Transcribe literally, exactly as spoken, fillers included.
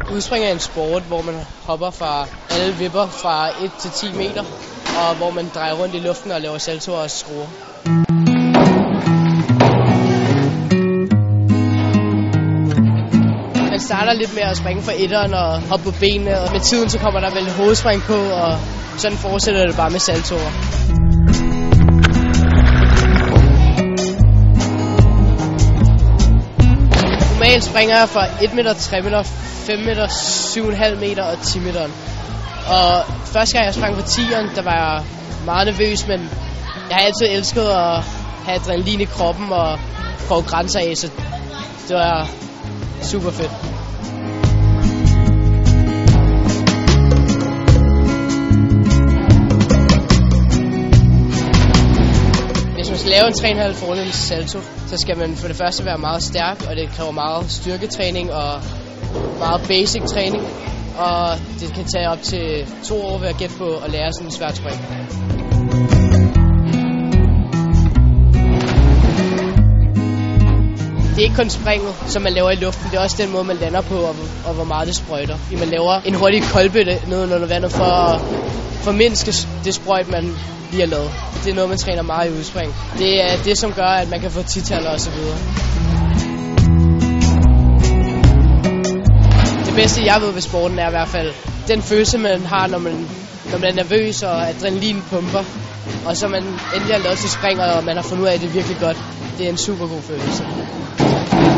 Udspring er en sport, hvor man hopper fra alle vipper fra et til ti meter, og hvor man drejer rundt i luften og laver saltoer og skruer. Man starter lidt med at springe fra etteren og hoppe på benene, og med tiden så kommer der vel hovedspring på, og sådan fortsætter det bare med saltoer. Normalt springer jeg fra et meter, tre meter, fem meter, syv komma fem meter og ti meter. Og første gang jeg sprang på tieren, der var jeg meget nervøs, men jeg har altid elsket at have adrenalin i kroppen og prøve grænser af, så det var super fedt. Hvis man skal lave en tre komma fem forlæns salto, så skal man for det første være meget stærk, og det kræver meget styrketræning og meget basic træning. Og det kan tage op til to år ved at gætte på at lære sådan en svært spring. Det er ikke kun springet, som man laver i luften, det er også den måde, man lander på, og, og hvor meget det sprøjter. Man laver en hurtig koldbøtte ned under vandet for at formindske det sprøjt, man lige har lavet. Det er noget, man træner meget i udspring. Det er det, som gør, at man kan få titaller og så videre. Det bedste, jeg ved ved sporten, er i hvert fald den følelse, man har, når man, når man er nervøs og adrenalin pumper. Og så man endelig har lavet til spring, og man har fundet ud af, at det er virkelig godt. Det er en super god følelse.